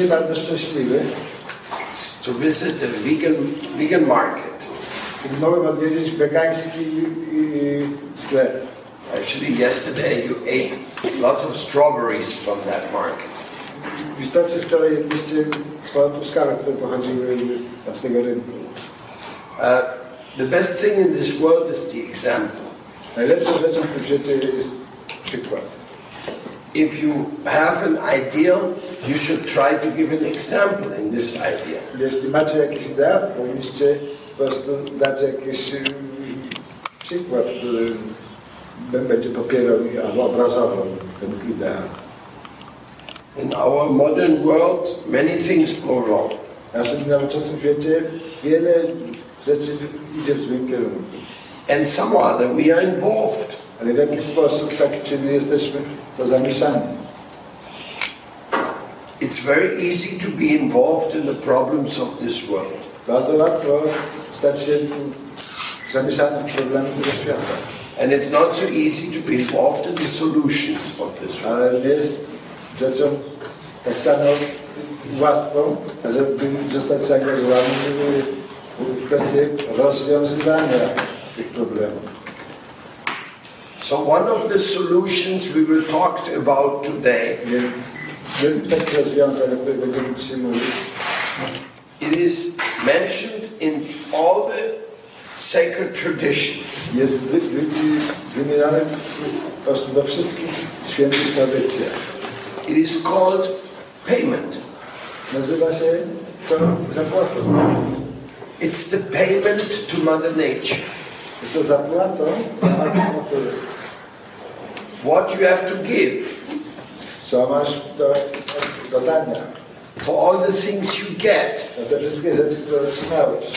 się bardzo szczęśliwy. To visit a vegan market. Mogłem odwiedzić wegański sklep. Actually, yesterday you ate lots of strawberries from that market. W istocie wczoraj jedliście sporo truskawek, które pochodziły z tego rynku. The best thing in this world is the example. Najlepszą rzeczą w tym świecie jest przykład. If you have an ideal, you should try to give an example in this idea. Jeśli macie jakiś ideał, powinniście po prostu dać jakiś przykład, który będzie popierał albo obrazował ten ideał. In our modern world, many things go wrong. W naszym nowoczesnym świecie wiele rzeczy idzie w złym kierunku. And somehow that we are involved. Ale w jakiś sposób taki czynny jesteśmy to zamieszani. It's very easy to be involved in the problems of this world. Bardzo łatwo stać się zamieszanym w problemy tego świata. And it's not so easy to be involved in the solutions of this world. Ale nie jest rzeczą tak samo łatwą, żeby zostać zaangażowanym w kwestię rozwiązywania tych problemów. So one of the solutions we will talk about today, Więc jeden z takich rozwiązań, o których będziemy dzisiaj mówić, it is mentioned in all the sacred traditions. jest wymieniony po prostu we wszystkich świętych tradycjach. It is called payment. Nazywa się to zapłatą. It's the payment to Mother Nature. Jest to zapłatą na natury. What you have to give Co masz do dania? for all the things you get. Na te wszystkie rzeczy, które otrzymałeś.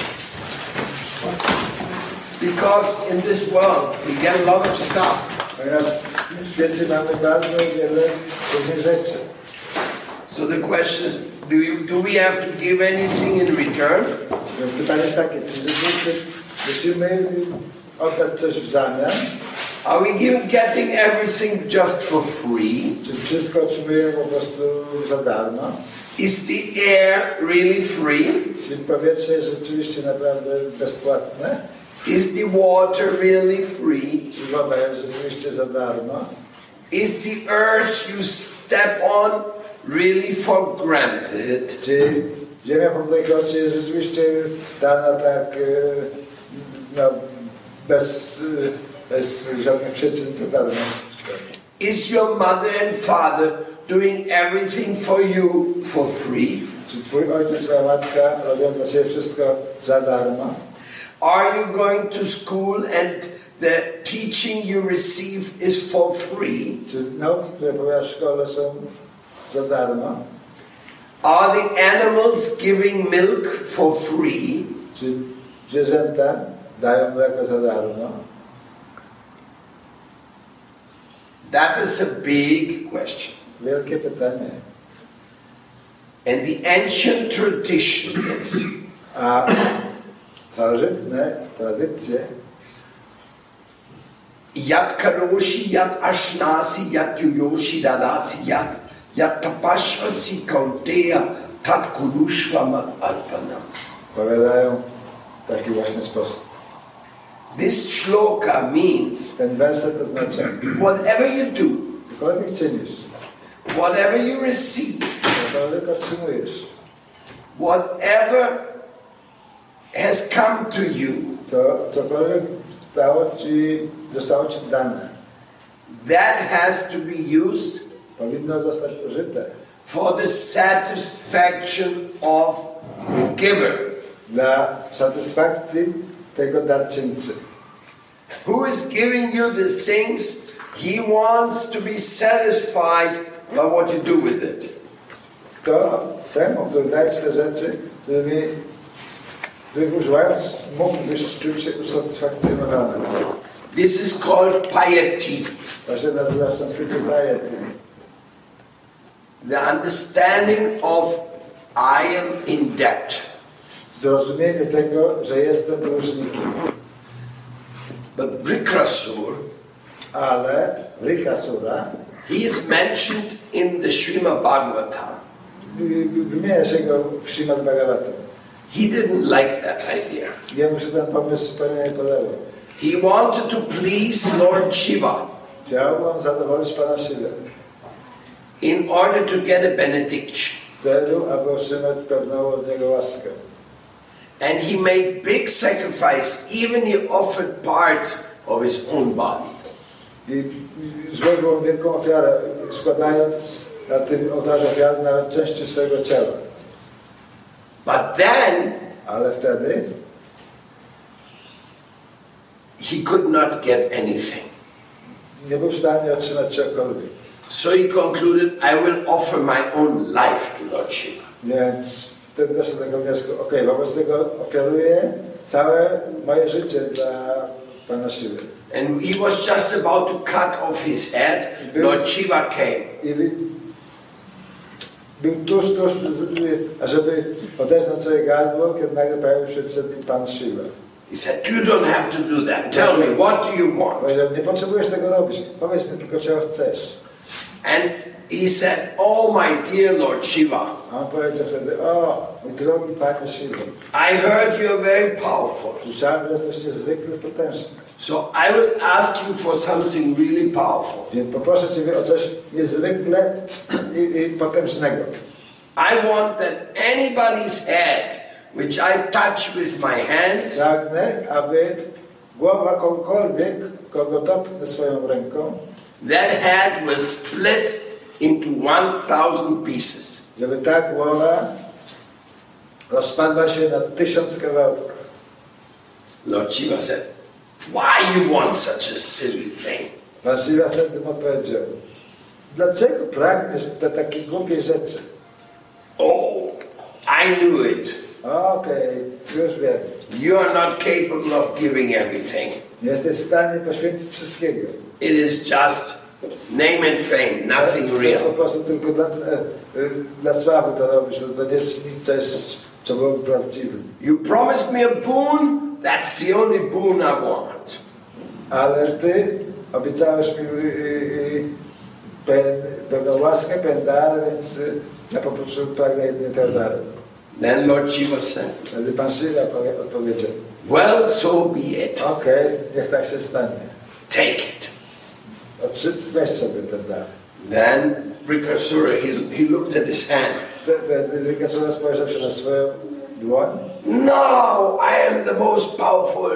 Because in this world we get a lot of stuff. Ponieważ w świecie mamy bardzo wiele różnych rzeczy. So the question is, do we have to give anything in return? Pytanie jest takie, czy rzeczywiście musimy oddać coś w zamian? Are we getting everything just for free? Czy wszystko otrzymujemy po prostu za darmo? Is the air really free? Czy powietrze jest rzeczywiście naprawdę bezpłatne? Is the water really free? Czy woda jest rzeczywiście za darmo? Is the earth you step on really for granted? Czy ziemia po tej krocie jest rzeczywiście dana tak no, bez żadnych przyczyn to darmo? Is your mother and father doing everything for you for free? Czy twój ojciec, twoja matka robią dla ciebie wszystko za darmo? Are you going to school and the teaching you receive is for free? Czy nauki, które powiadasz w szkole są za darmo? Are the animals giving milk for free? Czy zwierzęta dają mleko za darmo? That is a big question. Wielkie pytanie. And the ancient tradition is A starożytne tradycje Yat Karoshi, Yat Ashnasi, Yat Yuyoshi, Dadasi, Yat Tapashvasi, Kauteya, Tat Kurushva Mat Alpanam. powiadają w taki właśnie sposób. This shloka means Ten werset oznacza, whatever you do, cokolwiek czynisz, whatever you receive, cokolwiek otrzymujesz, whatever has come to you, to cokolwiek zostało ci dane, that has to be used powinno zostać użyte for the satisfaction of the giver. dla satysfakcji tego darczyńcy. Who is giving you the things? He wants to be satisfied by what you do with it. Kto temu, który daje ci te rzeczy, których używając mógłbyś czuć się usatysfakcjonowany. This is called piety. To się nazywa w sanskrycie piety. The understanding of I am in debt. Zrozumienie tego, że jestem dłużnikiem. But Vrikrasur, Ale Vrikasura, he is mentioned in the Srimad Bhagavatam. wymienia się go w Śrimad Bhagavatam. He didn't like that idea. Jemu się ten pomysł zupełnie nie podobał. He wanted to please Lord Shiva Chciał on zadowolić Pana Shiva. in order to get a benediction. W celu, aby otrzymać pewną od niego łaskę. And he made big sacrifice, even he offered parts of his own body. I złożył wielką ofiarę, składając na tym ołtarzu ofiary nawet części swojego ciała. But then Ale wtedy he could not get anything. nie był w stanie otrzymać czegokolwiek. So he concluded, I will offer my own life to Lord Shiva. Więc wtedy doszedł do tego wniosku, wobec tego ofiaruję całe moje życie dla Pana Shiva. And he was just about to cut off his head. Lord Shiva came. I był tuż, ażeby odetchnąć swoje gardło, kiedy nagle pojawił się przed nim Pan Shiva. He said, you don't have to do that. Tell me, what do you want? Powiedział, nie potrzebujesz tego robić. Powiedz mi tylko, czego chcesz. And he said, oh my dear Lord Shiva, A on powiedział wtedy, o, mój drogi Panie Shiva, I heard you are very powerful. słyszałem, że jesteś niezwykle potężny. So I will ask you for something really powerful. Więc poproszę Ciebie o coś niezwykle i potężnego. I want that anybody's head, which I touch with my hands, Pragnę, aby głowa kogokolwiek, kogo dotknę swoją ręką, that head will split into 1,000 pieces. żeby ta głowa rozpadła się na 1000 kawałków. Lord Shiva said, why you want such a silly thing? Pan Shiva wtedy mu powiedział, dlaczego pragniesz te takie głupie rzeczy? Oh, I knew it. Okej, już wiem. You are not capable of giving everything. Nie jesteś w stanie poświęcić wszystkiego. It is just name and fame, nothing Po real. prostu tylko dla sławy to robisz, to nie jest nic, co byłoby prawdziwym. You promised me a boon, that's the only boon I want. Ale Ty obiecałeś mi pewną łaskę, pewien dar, więc ja po prostu pragnę jedynie ten dar. Then Lord Shiva said, Wtedy Pan Shiva odpowiedział, well, so be it. okej, niech tak się stanie. Take it. Weź sobie ten dar. Then Rikasura, he looked at his hand. Wtedy Rikasura spojrzał się na swoją dłoń. No, I am the most powerful.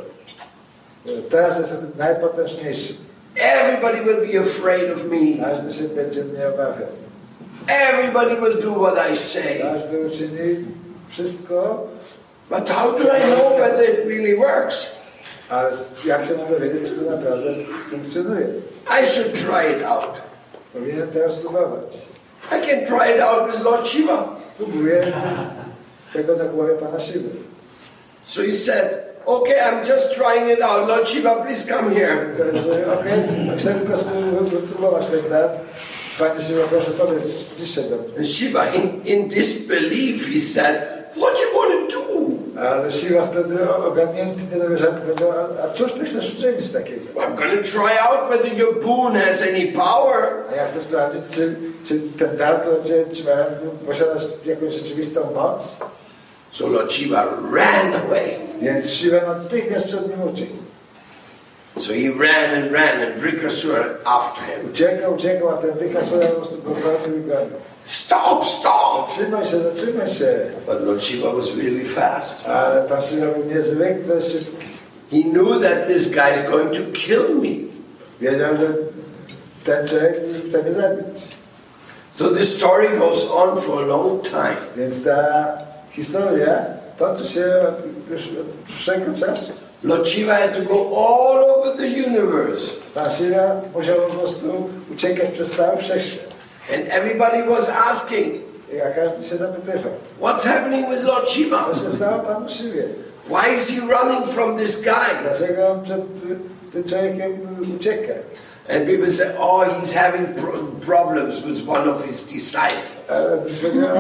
Teraz jestem najpotężniejszy. Everybody will be afraid of me. Każdy się będzie mnie obawiał. Everybody will do what I say. Każdy uczyni wszystko, But how do I know whether it really works? ale jak się mogę wiedzieć, czy to naprawdę funkcjonuje? I should try it out. Powinienem teraz spróbować. I can try it out with Lord Shiva. Próbuję tego na głowie Pana Shiva. So he said, okay, I'm just trying it out. Lord Shiva, please come here. Okej, chcę tylko spróbować ten dar. Panie Shiva, proszę powiedz, bliższe do mnie. And Shiva, in disbelief, he said, what do you want to do? Ale Shiva wtedy ogarnięty niedowierzaniem powiedział, a cóż ty chcesz uczynić takiego? I'm going to try out whether your boon has any power. A ja chcę sprawdzić, czy ten dar posiadać jakąś rzeczywistą moc. So Lord Shiva ran away. Więc Shiva natychmiast przed nim uciekł. So he ran and Rikasura after him. Uciekał, a ten Rikasura po prostu go gonił i gonił. Stop! Zatrzymaj się. But Lord Shiva was really fast. Ale Pan Shiva był niezwykle szybki. He knew that this guy is going to kill me. Wiedział, że ten człowiek chce mnie zabić. So the story goes on for a long time. Więc ta historia toczy się już od dłuższego czasu. Lord Shiva had to go all over the universe. Pan Shiva musiał po prostu uciekać przez cały wszechświat. And everybody was asking, A każdy się zapytywał, what's happening with Lord Shiva? co się stało Panu Shiwie? Why is he running from this guy? Dlaczego on przed tym człowiekiem ucieka? And people say, oh, he's having problems with one of his disciples. Ale powiedział,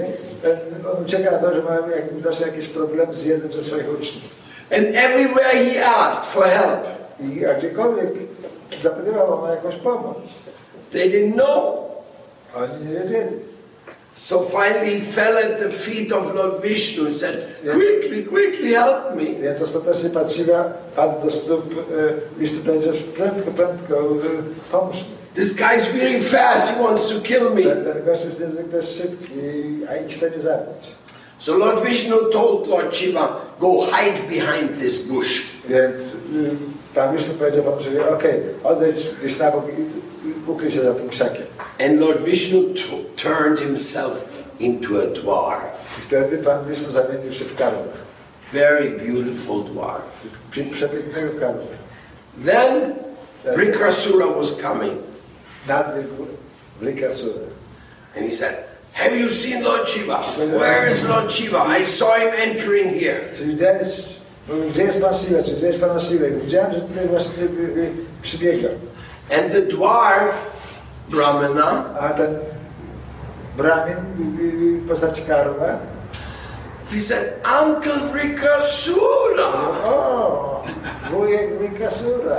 on ucieka na to, że ma jakieś problemy z jednym ze swoich uczniów. And everywhere he asked for help, I gdziekolwiek zapytywał o jakąś pomoc, they didn't know. oni nie wiedzieli. So finally he fell at the feet of Lord Vishnu and said, quickly, quickly help me. Więc ostatecznie Pan Shiva padł do stóp Wisznu, powiedział, prędko, pomóż mi. This guy's very fast, he wants to kill me. Ten gość jest niezwykle szybki, a chce mnie zabić. So Lord Vishnu told Lord Shiva, go hide behind this bush. Więc Pan Wisznu powiedział Panu Shiva, okej, odejdź gdzieś na bok i ukryj się za tym krzakiem. And Lord Vishnu turned himself into a dwarf. I wtedy Pan Wisznu zamienił się w karłę. Very beautiful dwarf. Przepięknego karła. Then Vrikasura was coming. Nadbiegł Vrikasura. And he said, have you seen Lord Shiva? Where is Lord Shiva? I saw him entering here. Czy widziałeś, gdzie jest Pan Shiva? Czy widziałeś Pana Shiva? Widziałem, że tutaj właśnie przybiegał. And the dwarf, Brahmana, A ten Brahmin w postaci karła, he said, Uncle Vrikasura. o, wujek Vrikasura.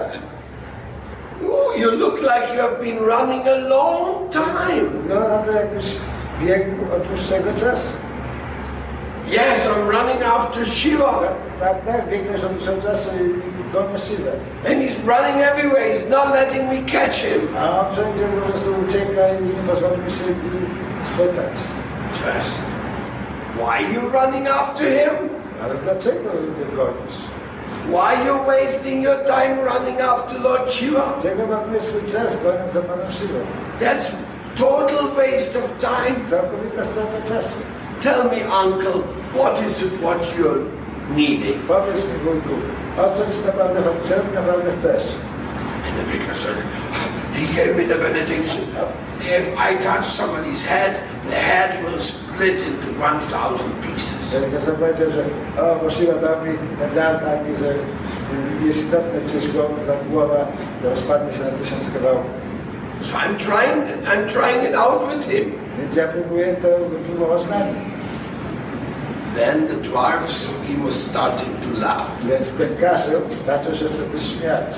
Oh, you look like you have been running a long time. Wygląda na to, jakbyś biegł od dłuższego czasu. Yes, I'm running after Shiva. Tak, biegniesz od dłuższego czasu i gonisz Shiva. And he's running everywhere. He's not letting me catch him. A on wszędzie po prostu ucieka i nie pozwoli mi się schwytać. Just, why you running after him? Ale dlaczego nie gonisz? Why you wasting your time running after Lord Shiva? Dlaczego marnujesz swój czas goniąc za Panem Shivą? That's total waste of time. Całkowita strata czasu. Tell me, uncle, what is it what you're needing? Powiedz mi, wujku, o co ci naprawdę chodzi? Czego naprawdę chcesz? And the vicar said, he gave me the benediction. If I touch somebody's head, the head will split into 1,000 pieces. Ja powiedział, że bo Shiva dał mi ten dar taki, że jeśli dotknę czyjś głowę, to ta głowa rozpadnie się na 1000 kawałków. So I'm trying it out with him. Więc ja próbuję to wypróbować na nim. Then the dwarfs, he was starting to laugh. Więc ten kaszel zaczął się wtedy śmiać.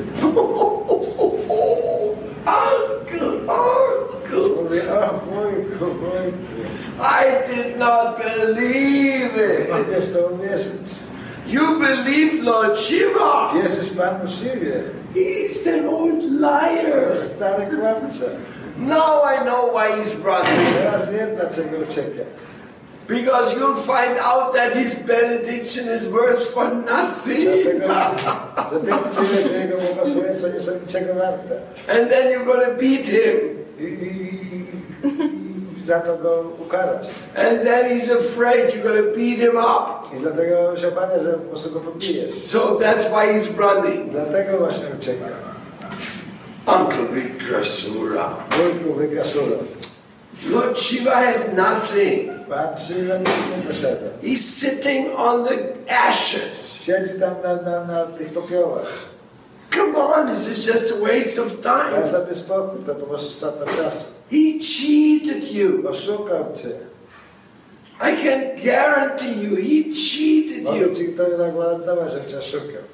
Uncle. Mówi, o wujku. I did not believe it. Nie wiesz to uwierzyć. You believed Lord Shiva. Wierzysz Panu Shiwie. He's an old liar. Stary kłamca. Now I know why he's running. Teraz wiem, dlaczego ucieka. Because you'll find out that his benediction is worse for nothing. Dlatego, że tyle swojego błogosławieństwa nie są niczego warte. And then you're going to beat him. I za to go ukarasz. And then he's afraid you're going to beat him up. I dlatego się obawia, że po prostu go pobijesz. So that's why he's running. Dlatego właśnie ucieka. Uncle Vrikasura. Wujku Vrikasura. Lord Shiva has nothing. Pan Shiva nic nie posiada. He's sitting on the ashes. Siedzi tam na tych popiołach. Come on, this is just a waste of Daj time. sobie spokój, to po prostu strata czasu. He cheated you. Oszukał cię. I can guarantee you, he cheated Mogę you. ci to zagwarantować, że cię oszukał.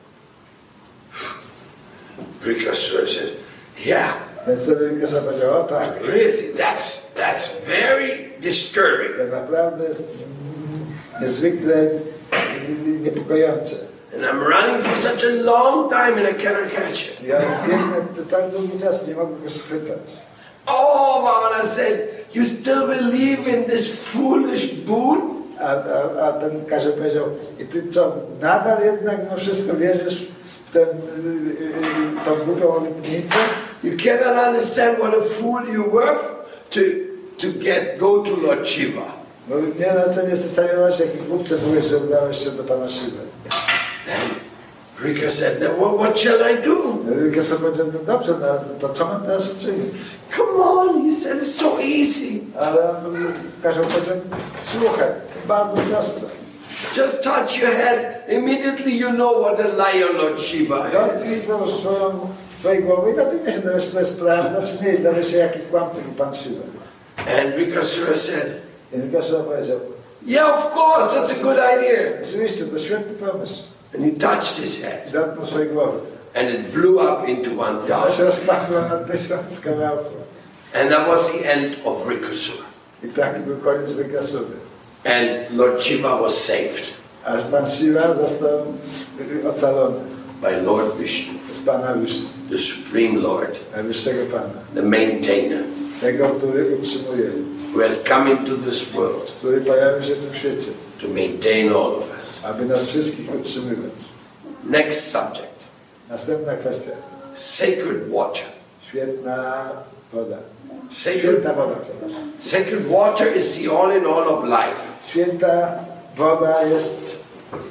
Vrikasura said, yeah, Więc wtedy Vrikasura powiedział, o tak, really, that's very disturbing. to naprawdę jest niezwykle niepokojące. And I'm running for such a long time and I cannot catch it. Ja biegnę tak długi czas, nie mogę go schwytać. Oh, Vamana said, you still believe in this foolish boon? A ten Karzeł powiedział, i ty co, nadal jednak mimo wszystko wierzysz w tą głupią obietnicę? You cannot understand what a fool you were to go to Lord Shiva. Bo nie na co nie jesteś w stanie właśnie, jaki głupce mówisz, że udałeś się do Pana Shiva. Then Vrika said, then what shall I do? Vrika powiedział, no dobrze, no, to co mam teraz uczynić? Come on, he said, it's so easy. Ale on Karzeł powiedział, słuchaj, bardzo proste. Just touch your head, immediately you know what a liar Lord Shiva is. Dotknij swojej głowy i natychmiast się dowiesz, czy to jest prawda, czy nie, dowiesz się, jaki kłamcy był Pan Shiva. And Vrikasura said, I Vrikasura powiedział, yeah, of course, that's a good idea. oczywiście, to świetny pomysł. And he touched his head, I dotknął swojej głowy. and it blew up into To 1,000. się rozpadło na 1000 kawałków. And that was the end of Vrikasura. I taki był koniec wykresowy. And Lord Shiva was saved Aż Pan Shiva został ocalony by Lord Vishnu, z Pana Wisznu, the Supreme Lord, najwyższego Pana, the maintainer, tego, który utrzymuje, who has come into this world który pojawił się w tym świecie, to maintain all of us. aby nas wszystkich utrzymywać. Next subject, Następna kwestia. sacred water. Świetna woda. Sacred, Święta woda, przepraszam. sacred water is the all in all of life. Święta woda jest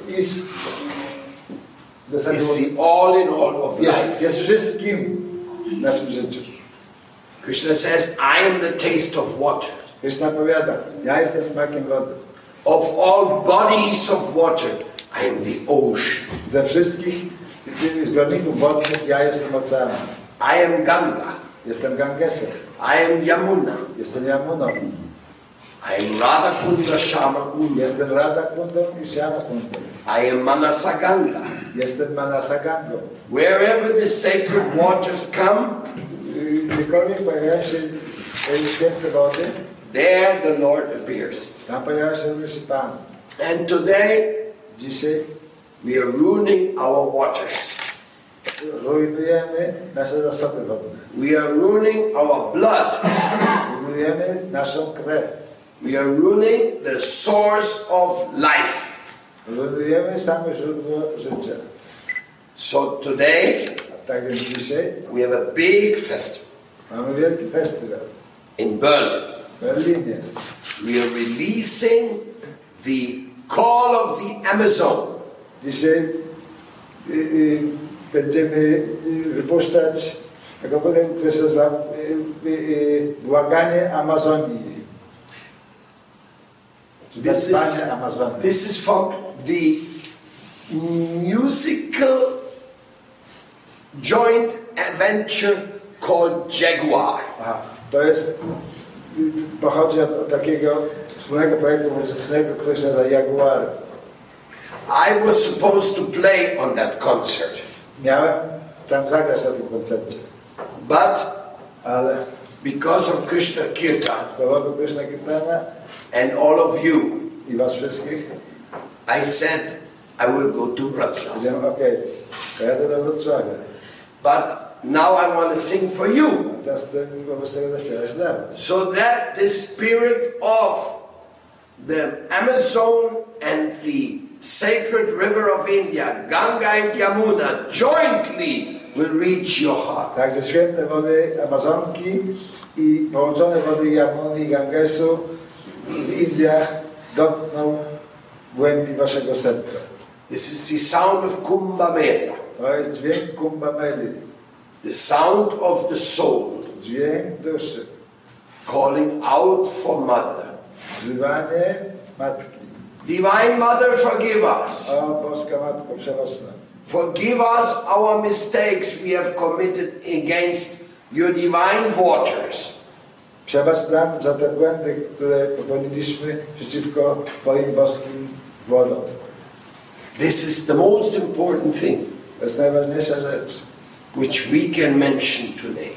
It's the all in all of life. jest wszystkim w naszym życiu. Krishna says, I am the taste of water. Krishna powiada, ja jestem smakiem wody. Of all bodies of water, I am the ocean. Ze wszystkich zbiorników wodnych ja jestem oceanem. I am Ganga. Jestem Gangesem. I am Yamuna. Jestem Yamuną. I am Radhakunda Shamakunda. Jestem Radhakundą i Shyamakundą. I am Manasaganga. Jestem Manasagangą. Wherever the sacred waters come, Gdziekolwiek pojawiają się święte wody, there the Lord appears. tam pojawia się również i Pan. And today, Dzisiaj we are ruining our waters. rujnujemy nasze zasoby wodne. We are ruining our blood. Rujnujemy naszą krew. We are ruining the source of life. Rujnujemy samo źródło życia. So today, A tak więc dzisiaj we have a big festival mamy wielki festiwal in Berlin. w Berlinie. We are releasing the call of the Amazon. Dzisiaj będziemy wypuszczać taką wodę, która się nazywa błaganie Amazonii. Wezwanie Amazonii. This is from the musical joint adventure called Jaguar. Aha, to jest, pochodzi od takiego wspólnego projektu muzycznego, który się nazywa Jaguar. I was supposed to play on that concert, Miałem tam zagrać na tym koncercie, but ale because of Krishna Kirtan z powodu Krishna Kirtana and all of you, i was wszystkich I said I will go to Wrocław. powiedziałem, okej, pojadę do Wrocławia. But now I want to sing for you, A teraz chcę wobec tego zaśpiewać dla was. so that the spirit of the Amazon and the sacred river of India, Ganga and Yamuna, jointly will reach your heart. Także święte wody Amazonki i połączone wody Yamuny i Gangesu w Indiach dotkną głębi waszego serca. This is the sound of Kumbh Mela, To jest dźwięk Kumbha Meli, the sound of the soul, dźwięk duszy, calling out for mother. wzywanie Matki. Divine Mother, forgive us. O Boska Matko Przemocna, Forgive us our mistakes we have committed against your divine waters. przebacz nam za te błędy, które popełniliśmy przeciwko Twoim boskim wodom. This is the most important thing To jest najważniejsza rzecz, which we can mention today.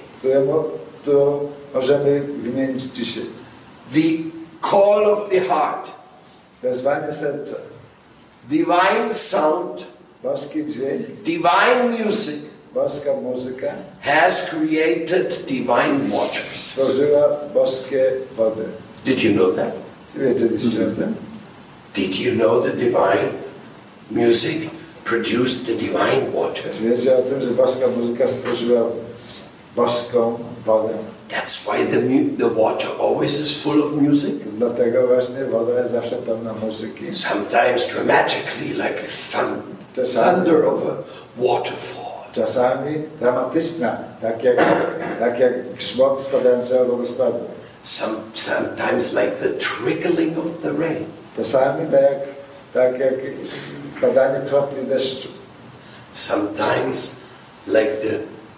którą możemy wymienić dzisiaj. The call of the heart, Wezwanie serca, divine sound, boski dźwięk, divine music boska muzyka has created divine waters. stworzyła boskie wody. Did you know that? Wiedzieliście o tym? Did you know that divine music produced the divine waters? Wiecie o tym, że boska muzyka stworzyła boską wodę? That's why the water always is full of music. Dlatego właśnie woda jest zawsze pełna muzyki. Sometimes dramatically, like thunder of a waterfall. Czasami dramatyczna, tak jak grzmot spadającego wodospadu. Sometimes like the trickling of the rain. Czasami tak jak padanie kropli deszczu. Sometimes like the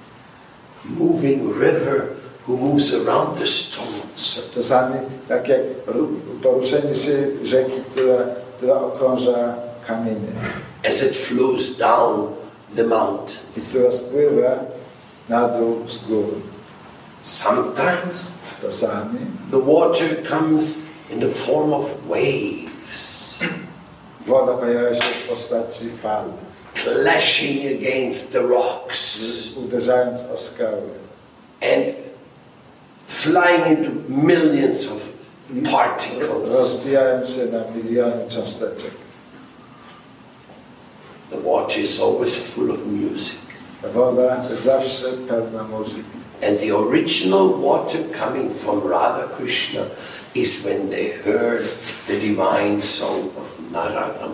moving river who moves around the stones. Czasami tak jak poruszenie się rzeki, która okrąża kamienie. As it flows down the I mountains. która spływa na dół z gór. Sometimes Czasami the water comes in the form of waves, woda pojawia się w postaci fal, clashing against the rocks uderzając o skały and flying into millions of particles. rozbijając się na miliony cząsteczek. The water is always full of music. Woda jest zawsze pełna muzyki. And the original water coming from Radha Krishna is when they heard the divine song of Narada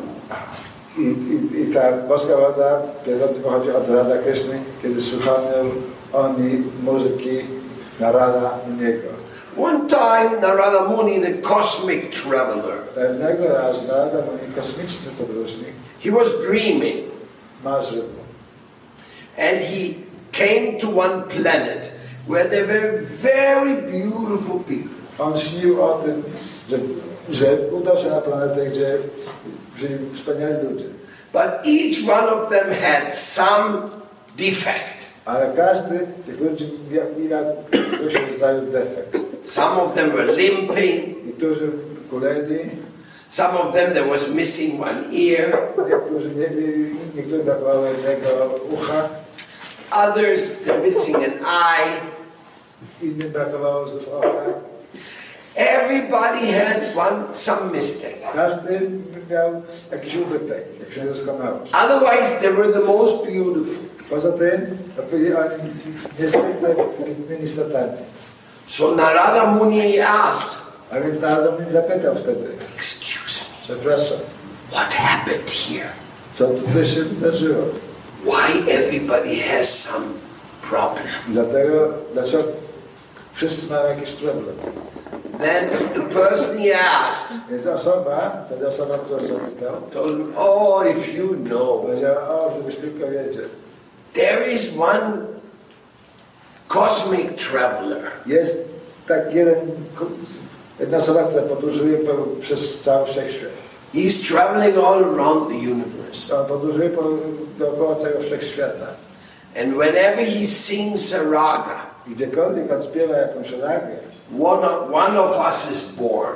Muni. I ta boska woda pierwotnie pochodzi od Radha Kryszny, kiedy słuchano oni muzyki Narada Muniego. One time, Narada Muni, the cosmic traveler, Pewnego razu Narada Muni, kosmiczny podróżnik, he was dreaming, marzył. and he came to one planet where there were very beautiful people. On śnił o tym, że udał się na planetę, gdzie żyli wspaniali ludzie. But each one of them had some defect. Ale każdy z tych ludzi miał jakiegoś rodzaju defekt. Some of them were limping. Niektórzy kuleli, Some of them there was missing one ear. Niektórzy brakowało jednego ucha, Others they're missing an eye. innym brakowało znów oka. Everybody had some mistake. Każdy miał jakiś ubytek, jakąś niedoskonałość. Otherwise they were the most beautiful. Poza tym, byli oni niezwykle pięknymi istotami. So Narada Muni asked, A więc Narada Muni zapytał wtedy, excuse me, przepraszam, what happened here? co tutaj się wydarzyło? Why everybody has some problem? Dlaczego wszyscy mają jakiś problem? Then the person he asked Więc wtedy osoba, która zapytał, told him, oh, if you know, powiedziała, o, gdybyś tylko wiedział. there is one cosmic traveler. Jest tak jedna osoba, która podróżuje przez cały wszechświat. He's traveling all around the universe. On podróżuje dookoła całego wszechświata. And whenever he sings a raga, Gdziekolwiek on śpiewa jakąś ragę, one of us is born.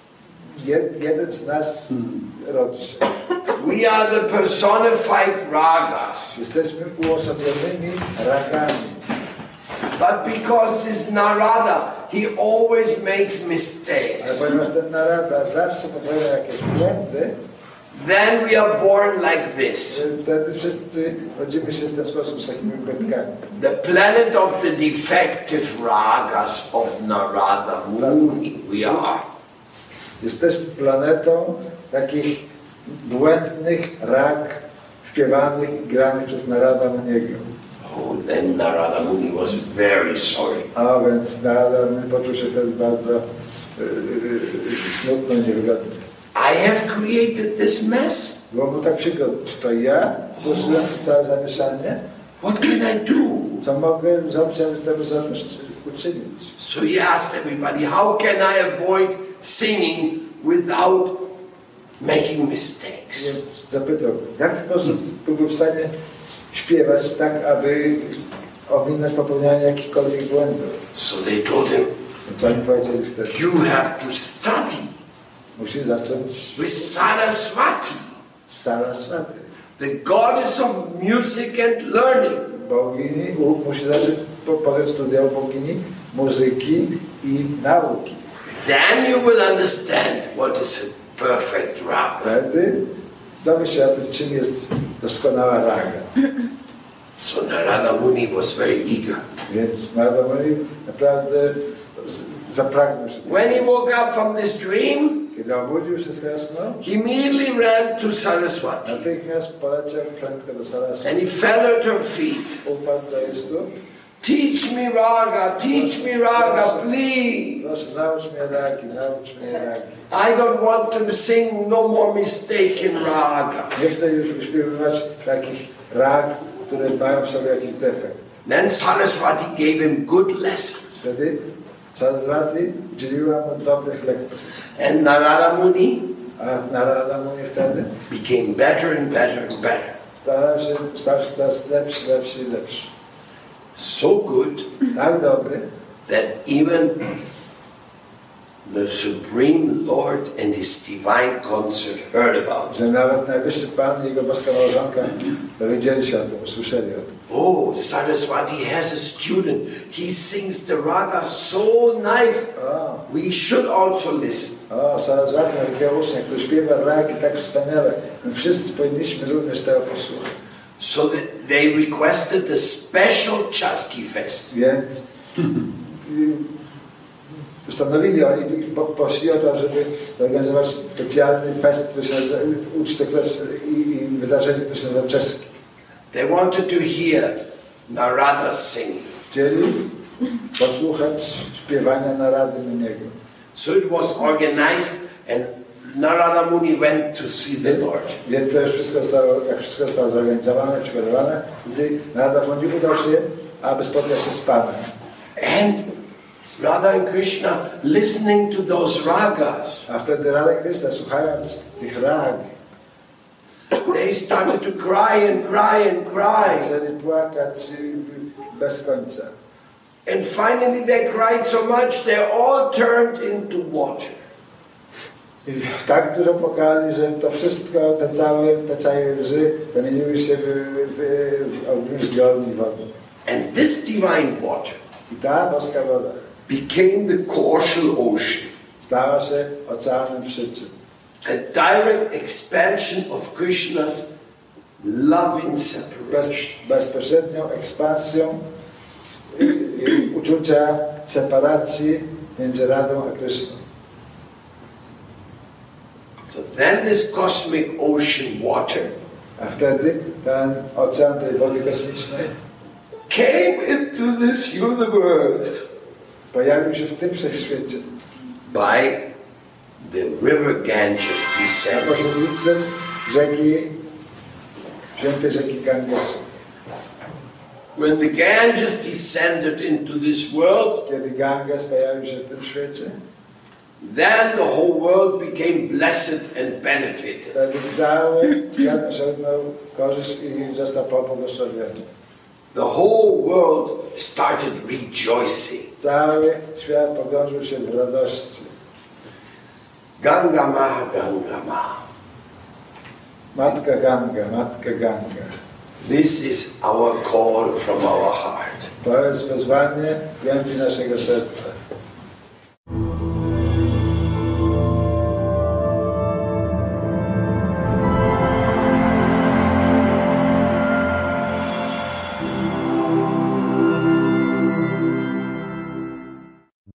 jeden z nas rodzi się. We are the personified ragas. Jesteśmy uosobionymi ragami. But because this Narada, he always makes Ale mistakes. ponieważ ten Narada zawsze popełnia jakieś błędy, Then we are born like this. wtedy wszyscy rodzimy się w ten sposób z takimi błędkami. The planet of the defective ragas of Narada Muni we are. Jesteśmy planetą takich błędnych rag śpiewanych i granych przez Narada Muniego. Oh, then Narada Muni was very sorry. A więc Narada Muni poczuł się wtedy bardzo smutno i niewygodnie. I have created this mess. Było mu tak przykro, czy to ja stworzyłem całe zamieszanie? What can I do? Co mogę zrobić, aby temu zadośćuczynić? So he asked everybody, how can I avoid singing without making mistakes? Więc zapytał, w jaki sposób byłby w stanie śpiewać tak, aby ominąć popełnianie jakichkolwiek błędów? So they told him, Co oni powiedzieli wtedy? you have to study Musi zacząć with Saraswati, z Saraswaty. the goddess of music and learning. Bogini, musi zacząć podjąć studia u bogini muzyki i nauki. Then you will understand what is a perfect raga. Wtedy dowie się o tym, czym jest doskonała raga. So Narada Muni was very eager. Więc Narada Muni naprawdę zapragnął się. When he woke up from this dream, Kiedy obudził się z jasno, he immediately ran to Saraswati natychmiast poleciał prędko do Saraswaty. and he fell at her feet. Upadł do jej stóp. Teach me raga, please. Proszę, naucz mnie ragi. I don't want to sing no more mistaken Nie ragas. chcę już wyśpiewywać takich rag, które mają w sobie jakiś defekt. Then Saraswati gave him good lessons. Wtedy Saraswati udzieliła mu dobrych lekcji. And Narada Muni A Narada Muni wtedy became better and better and better. stał się coraz lepszy. So good Tak dobry, that even the Supreme Lord and His divine consort heard about it. Że nawet najwyższy Pan i Jego boska małżonka dowiedzieli się o tym, usłyszeli o tym. Oh, Saraswati has a student. He sings the raga so nice. We should also listen. O, Saraswati ma takiego ucznia, który śpiewa ragi tak wspaniale. My wszyscy powinniśmy również tego posłuchać. So they requested a special Chaski fest. Więc ustanowili oni, poszli o to, żeby zorganizować specjalny fest, który się nazywa, ucztę i wydarzenie, które się nazywa czeski. They wanted to hear Narada sing. Chcieli posłuchać śpiewania Narady Muniego. So it was organized and Narada Muni went to see the Lord. Więc to już wszystko zostało zorganizowane, przygotowane. Gdy Narada Muni udał się, aby spotkać się z Panem. And Radha and Krishna listening to those ragas. A wtedy Radha i Krishna, słuchając tych rag, they started to cry and cry and cry. zaczęli płakać bez końca. And finally they cried so much they all turned into water. I tak dużo płakali, że to wszystko, te całe łzy zamieniły się w olbrzymi zbiornik wody. And this divine water I ta boska woda became the causal ocean. stała się oceanem przyczyn. A direct expansion of Krishna's love inseparable. Bezpośrednią ekspansją i uczucia separacji między Radą a Kryszną. So then this cosmic ocean water A wtedy ten ocean tej wody kosmicznej came into this universe pojawił się w tym wszechświecie. by the river Ganges Za descending. pośrednictwem świętej rzeki Gangesu. When the Ganges descended into this world, Kiedy Ganges pojawił się w tym świecie, then the whole world became blessed and benefited. wtedy cały świat osiągnął korzyść i został pobłogosławiony. The whole world started rejoicing. Cały świat pogrążył się w radości. Ganga Maha, Ganga Maha. Matka Ganga, Matka Ganga. This is our call from our heart. To jest wezwanie głębi naszego serca.